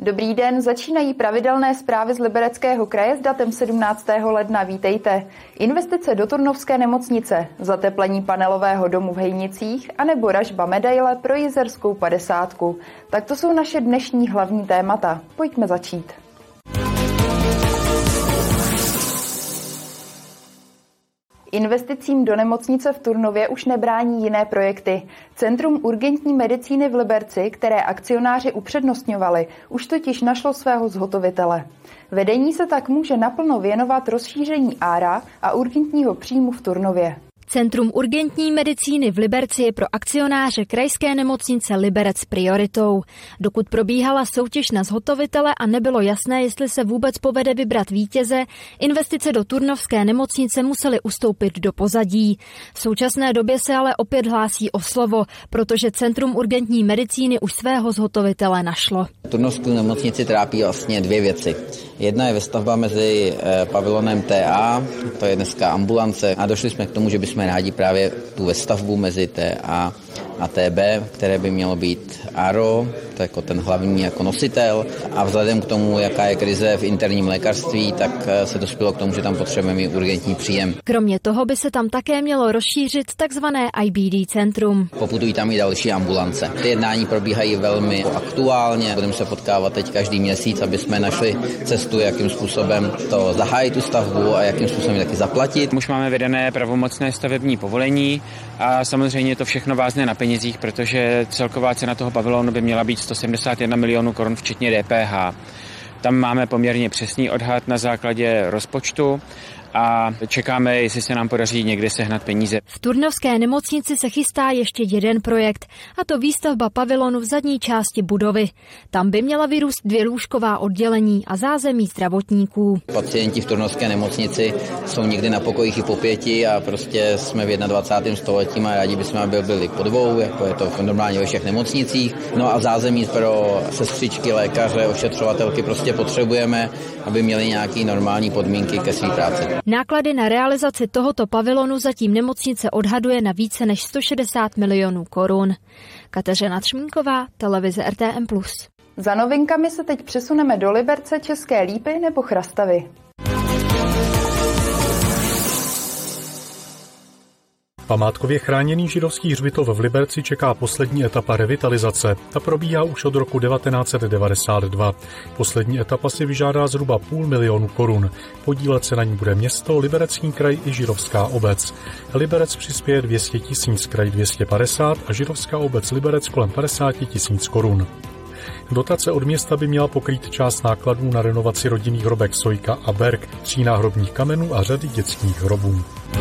Dobrý den, začínají pravidelné zprávy z Libereckého kraje s datem 17. ledna. Vítejte. Investice do Turnovské nemocnice, zateplení panelového domu v Hejnicích anebo ražba medaile pro Jizerskou 50. Tak to jsou naše dnešní hlavní témata. Pojďme začít. Investicím do nemocnice v Turnově už nebrání jiné projekty. Centrum urgentní medicíny v Liberci, které akcionáři upřednostňovali, už totiž našlo svého zhotovitele. Vedení se tak může naplno věnovat rozšíření ára a urgentního příjmu v Turnově. Centrum urgentní medicíny v Liberci je pro akcionáře krajské nemocnice Liberec prioritou. Dokud probíhala soutěž na zhotovitele a nebylo jasné, jestli se vůbec povede vybrat vítěze, investice do turnovské nemocnice musely ustoupit do pozadí. V současné době se ale opět hlásí o slovo, protože Centrum urgentní medicíny už svého zhotovitele našlo. Turnovskou nemocnici trápí vlastně dvě věci. Jedna je vestavba mezi pavilonem TA, to je dneska ambulance, a došli jsme k tomu, že bychom rádi právě tu vestavbu mezi TA a TB, které by mělo být ARO, to jako ten hlavní jako nositel, a vzhledem k tomu, jaká je krize v interním lékařství, tak se dospělo k tomu, že tam potřebujeme i urgentní příjem. Kromě toho by se tam také mělo rozšířit takzvané IBD centrum. Poputují tam i další ambulance. Ty jednání probíhají velmi aktuálně. Budeme se potkávat teď každý měsíc, aby jsme našli cestu, jakým způsobem to zahájit tu stavbu a jakým způsobem taky zaplatit. Už máme vydané pravomocné stavební povolení a samozřejmě to všechno vázne na penězích, protože celková cena toho pavilonu by měla být 171 milionů korun včetně DPH. Tam máme poměrně přesný odhad na základě rozpočtu a čekáme, jestli se nám podaří někde sehnat peníze. V turnovské nemocnici se chystá ještě jeden projekt, a to výstavba pavilonu v zadní části budovy. Tam by měla vyrůst 2 lůžková oddělení a zázemí zdravotníků. Pacienti v turnovské nemocnici jsou někdy na pokojích i po 5 a prostě jsme v 21. století a rádi bychom, aby byli po 2, jako je to normálně ve všech nemocnicích. No a zázemí pro sestřičky, lékaře, ošetřovatelky prostě potřebujeme, aby měli nějaké normální podmínky ke své práci. Náklady na realizaci tohoto pavilonu zatím nemocnice odhaduje na více než 160 milionů korun. Kateřina Třmínková, televize RTM+. Za novinkami se teď přesuneme do Liberce, České Lípy nebo Chrastavy. Památkově chráněný židovský hřbitov v Liberci čeká poslední etapa revitalizace. Ta probíhá už od roku 1992. Poslední etapa si vyžádá zhruba 500 000 korun. Podílet se na ní bude město, Liberecký kraj i židovská obec. Liberec přispěje 200 000, kraj 250 a židovská obec Liberec kolem 50 000 korun. Dotace od města by měla pokrýt část nákladů na renovaci rodinných hrobek Sojka a Berg, 3 náhrobních kamenů a řady dětských hrobů.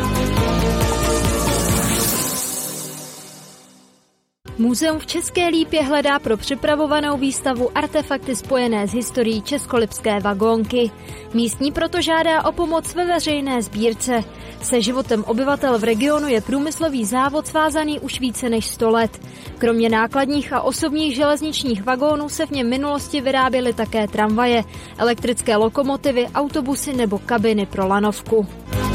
Muzeum v České Lípě hledá pro připravovanou výstavu artefakty spojené s historií českolipské vagónky. Místní proto žádá o pomoc ve veřejné sbírce. Se životem obyvatel v regionu je průmyslový závod svázaný už více než 100 let. Kromě nákladních a osobních železničních vagónů se v něm minulosti vyráběly také tramvaje, elektrické lokomotivy, autobusy nebo kabiny pro lanovku.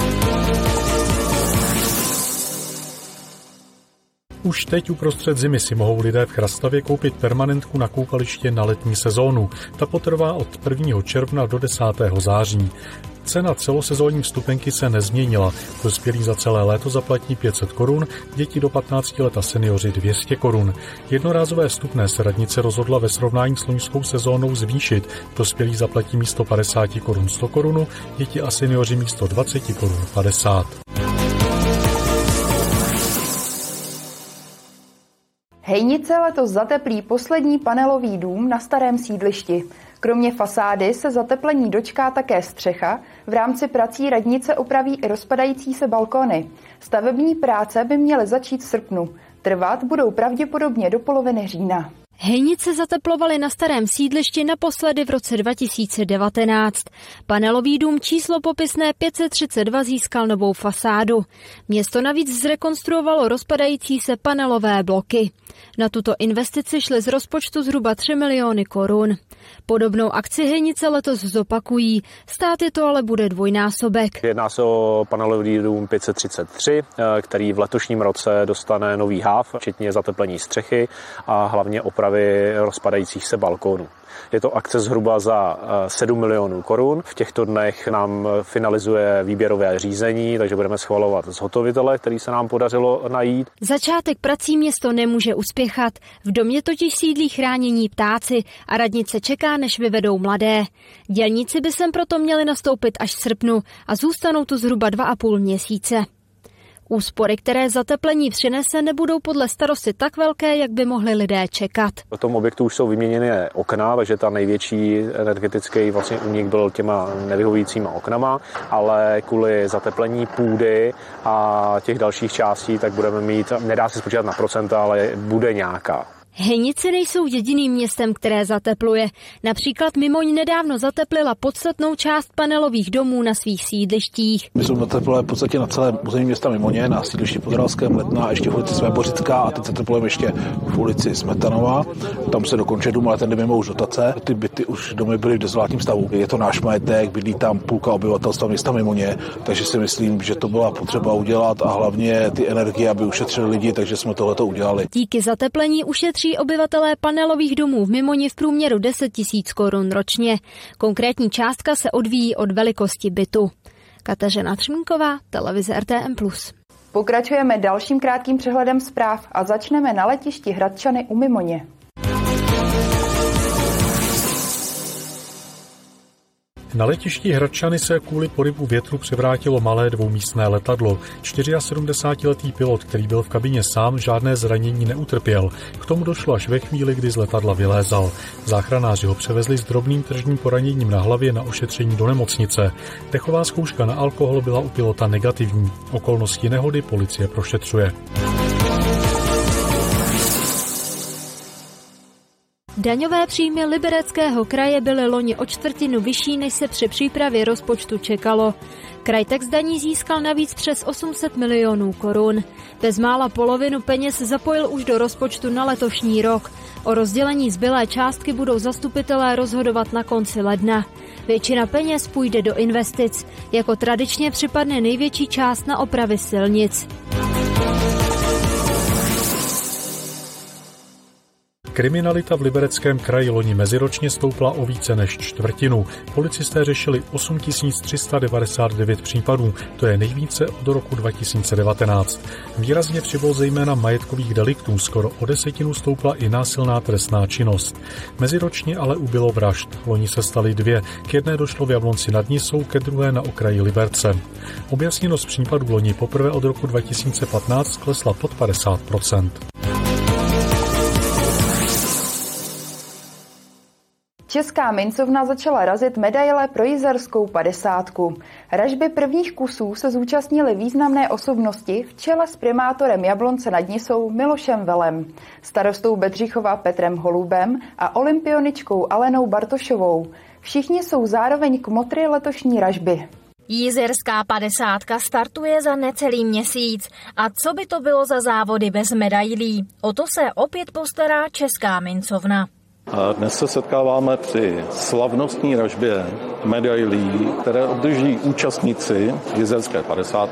Už teď uprostřed zimy si mohou lidé v Chrastavě koupit permanentku na koupaliště na letní sezónu. Ta potrvá od 1. června do 10. září. Cena celosezónní vstupenky se nezměnila. Dospělí za celé léto zaplatí 500 korun, děti do 15 let a seniori 200 korun. Jednorázové vstupné se radnice rozhodla ve srovnání s loňskou sezónou zvýšit. Dospělí zaplatí místo 50 korun 100 korun, děti a seniori místo 20 korun 50. Hejnice letos zateplí poslední panelový dům na starém sídlišti. Kromě fasády se zateplení dočká také střecha. V rámci prací radnice opraví i rozpadající se balkony. Stavební práce by měly začít v srpnu. Trvat budou pravděpodobně do poloviny října. Hejnice zateplovaly na starém sídlišti naposledy v roce 2019. Panelový dům číslo popisné 532 získal novou fasádu. Město navíc zrekonstruovalo rozpadající se panelové bloky. Na tuto investici šly z rozpočtu zhruba 3 miliony korun. Podobnou akci Hejnice letos zopakují. Stát je to ale bude dvojnásobek. Jedná se o panelový dům 533, který v letošním roce dostane nový háv, včetně zateplení střechy a hlavně opravy rozpadajících se balkónů. Je to akce zhruba za 7 milionů korun. V těchto dnech nám finalizuje výběrové řízení, takže budeme schvalovat zhotovitele, který se nám podařilo najít. Začátek prací město nemůže uspěchat. V domě totiž sídlí chránění ptáci a radnice čeká, než vyvedou mladé. Dělníci by sem proto měli nastoupit až v srpnu a zůstanou tu zhruba 2,5 měsíce. Úspory, které zateplení přinese, nebudou podle starosty tak velké, jak by mohli lidé čekat. V tom objektu už jsou vyměněné okna, takže ta největší energetický vlastně únik byl těma nevyhovujícíma oknama, ale kvůli zateplení půdy a těch dalších částí, tak budeme mít, nedá se spočítat na procenta, ale bude nějaká. Hejnice nejsou jediným městem, které zatepluje. Například Mimoň nedávno zateplila podstatnou část panelových domů na svých sídlištích. My jsme zateplili v podstatě na celé území města Mimoně, na sídlišti Podravském, Letná, ještě v ulici Svébořická a teď zateplujeme ještě v ulici Smetanova. Tam se dokončuje dům, ale ten jde mimo už dotace. Ty byty už domy byly v dezolátním stavu. Je to náš majetek, bydlí tam půlka obyvatelstva města Mimoně, takže si myslím, že to byla potřeba udělat a hlavně ty energie, aby ušetřili lidi, takže jsme tohleto udělali. Díky zateplení ušetří obyvatelé panelových domů v Mimoni v průměru 10 000 korun ročně. Konkrétní částka se odvíjí od velikosti bytu. Kateřina Třmínková, televize RTM+. Pokračujeme dalším krátkým přehledem zpráv a začneme na letišti Hradčany u Mimoně. Na letišti Hradčany se kvůli poryvu větru převrátilo malé dvoumístné letadlo. 74letý pilot, který byl v kabině sám, žádné zranění neutrpěl. K tomu došlo až ve chvíli, kdy z letadla vylézal. Záchranáři ho převezli s drobným tržním poraněním na hlavě na ošetření do nemocnice. Dechová zkouška na alkohol byla u pilota negativní. Okolnosti nehody policie prošetřuje. Daňové příjmy Libereckého kraje byly loni o 1/4 vyšší, než se při přípravě rozpočtu čekalo. Kraj tak z daní získal navíc přes 800 milionů korun. Bezmála polovinu peněz zapojil už do rozpočtu na letošní rok. O rozdělení zbylé částky budou zastupitelé rozhodovat na konci ledna. Většina peněz půjde do investic. Jako tradičně připadne největší část na opravy silnic. Kriminalita v Libereckém kraji loni meziročně stoupla o více než 1/4. Policisté řešili 8399 případů, to je nejvíce od roku 2019. Výrazně přibylo zejména majetkových deliktů, skoro o 10 stoupla i násilná trestná činnost. Meziročně ale ubylo vražd, loni se staly 2, k jedné došlo v Jablonci nad Nisou, ke druhé na okraji Liberce. Objasněnost případů loni poprvé od roku 2015 klesla pod 50%. Česká mincovna začala razit medaile pro jizerskou 50. Ražby prvních kusů se zúčastnily významné osobnosti v čele s primátorem Jablonce nad Nisou Milošem Velem, starostou Bedřichova Petrem Holubem a olympioničkou Alenou Bartošovou. Všichni jsou zároveň kmotry letošní ražby. Jizerská 50 startuje za necelý měsíc. A co by to bylo za závody bez medailí? O to se opět postará Česká mincovna. A dnes se setkáváme při slavnostní ražbě medailí, které obdrží účastníci jizerské 50.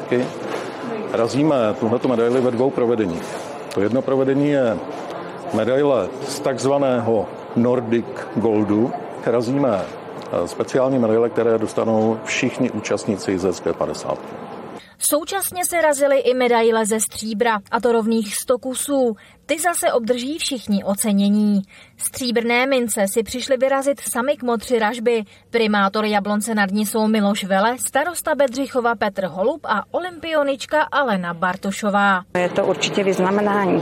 Razíme tuhleto medaili ve 2 provedeních. To jedno provedení je medaile z takzvaného Nordic Goldu. Razíme speciální medaile, které dostanou všichni účastníci jizerské 50. Současně se razily i medaile ze stříbra, a to rovných 100 kusů. Ty zase obdrží všichni ocenění. Stříbrné mince si přišli vyrazit sami kmotři ražby, primátor Jablonce nad Nisou Miloš Vele, starosta Bedřichova Petr Holub a olympionička Alena Bartošová. Je to určitě vyznamenání.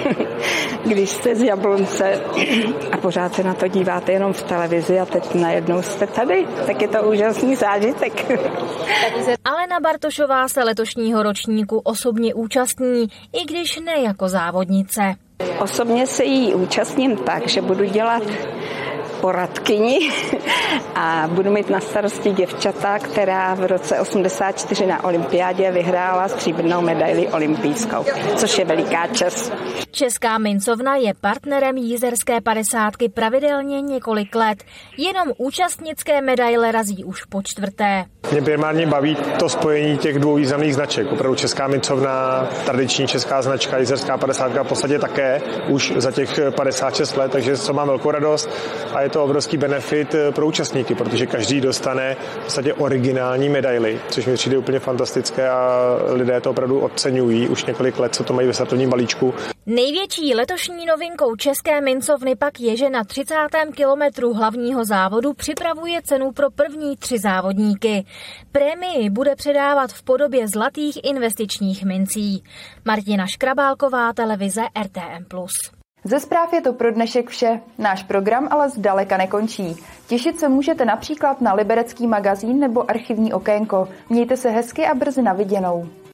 Když jste z Jablonce a pořád se na to díváte jenom v televizi a teď najednou jste tady, tak je to úžasný zážitek. Alena Bartošová se letošního ročníku osobně účastní, i když ne jako závodnice. Osobně se jí účastním tak, že budu dělat poradkyni a budu mít na starosti děvčata, která v roce 84 na olympiádě vyhrála stříbrnou medaili olympijskou, což je veliká čest. Česká mincovna je partnerem jizerské 50 pravidelně několik let. Jenom účastnické medaile razí už po 4. Mě primárně baví to spojení těch 2 významných značek. Opravdu Česká mincovna, tradiční česká značka, jizerská 50 v podstatě také už za těch 56 let, takže to mám velkou radost a je to obrovský benefit pro účastníky, protože každý dostane v podstatě originální medaili, což mi přijde úplně fantastické a lidé to opravdu oceňují už několik let, co to mají ve startovním balíčku. Největší letošní novinkou České mincovny pak je, že na 30. kilometru hlavního závodu připravuje cenu pro první 3 závodníky. Prémii bude předávat v podobě zlatých investičních mincí. Martina Škrabálková, televize RTM+. Ze zpráv je to pro dnešek vše. Náš program ale zdaleka nekončí. Těšit se můžete například na Liberecký magazín nebo Archivní okénko. Mějte se hezky a brzy na viděnou.